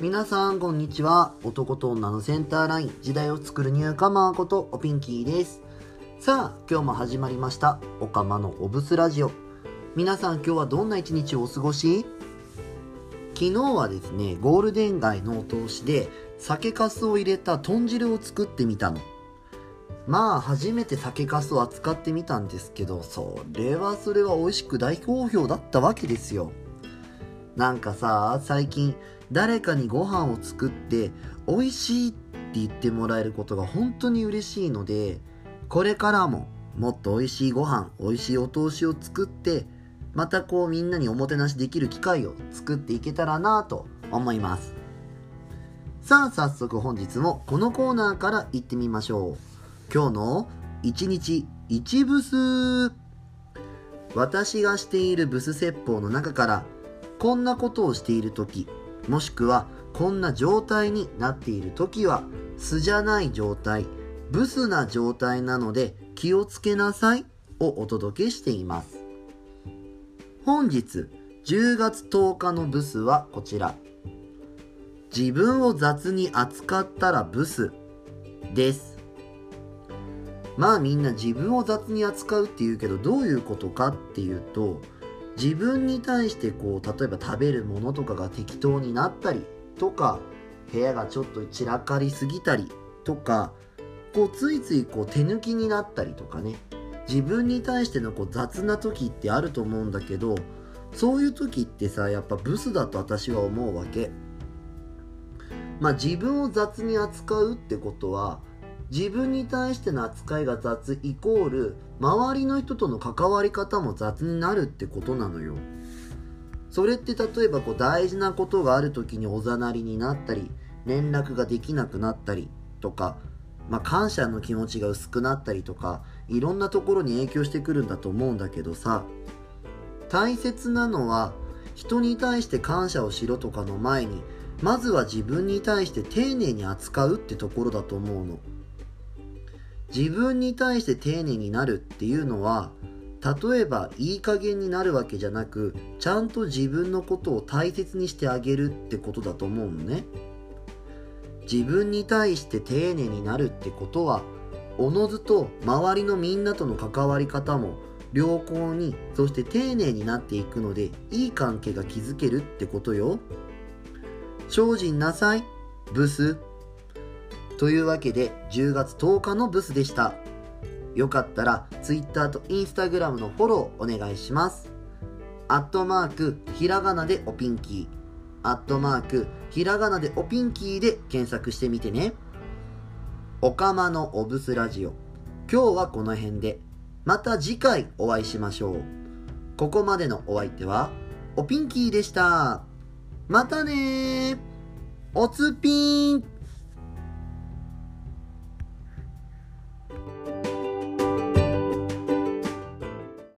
皆さんこんにちは。男と女のセンターライン、時代を作るニューカマーことおピンキーです。さあ今日も始まりましたおかまのおブスラジオ。皆さん今日はどんな一日をお過ごし？昨日はですね、ゴールデン街のお通しで酒粕を入れた豚汁を作ってみたの。初めて酒粕を扱ってみたんですけど、それは美味しく大好評だったわけですよ。なんかさ、最近誰かにご飯を作って美味しいって言ってもらえることが本当に嬉しいので、これからももっと美味しいご飯、美味しいお通しを作って、またみんなにおもてなしできる機会を作っていけたらなと思います。さあ早速本日もこのコーナーから行ってみましょう。今日の一日一ブス。私がしているブス説法の中から、こんなことをしているとき、もしくはこんな状態になっているときは素じゃない状態、ブスな状態なので気をつけなさいをお届けしています。本日10月10日のブスはこちら。自分を雑に扱ったらブスです。みんな自分を雑に扱うっていうけど、どういうことかっていうと、自分に対して例えば食べるものとかが適当になったりとか、部屋がちょっと散らかりすぎたりとか、ついつい手抜きになったりとかね、自分に対しての雑な時ってあると思うんだけど、そういう時ってさ、やっぱブスだと私は思うわけ。自分を雑に扱うってことは、自分に対しての扱いが雑イコール周りの人との関わり方も雑になるってことなのよ。それって例えば大事なことがある時におざなりになったり、連絡ができなくなったりとか、感謝の気持ちが薄くなったりとか、いろんなところに影響してくるんだと思うんだけどさ、大切なのは人に対して感謝をしろとかの前に、まずは自分に対して丁寧に扱うってところだと思うの。自分に対して丁寧になるっていうのは、例えばいい加減になるわけじゃなく、ちゃんと自分のことを大切にしてあげるってことだと思うのね。自分に対して丁寧になるってことは、おのずと周りのみんなとの関わり方も良好に、そして丁寧になっていくので、いい関係が築けるってことよ。精進なさい、ブス。というわけで10月10日のブスでした。よかったら Twitter と Instagram のフォローお願いします。ひらがなでおピンキー、ひらがなでおピンキーで検索してみてね。おかまのおブスラジオ、今日はこの辺で。また次回お会いしましょう。ここまでのお相手はおピンキーでした。またねー。おつぴーん。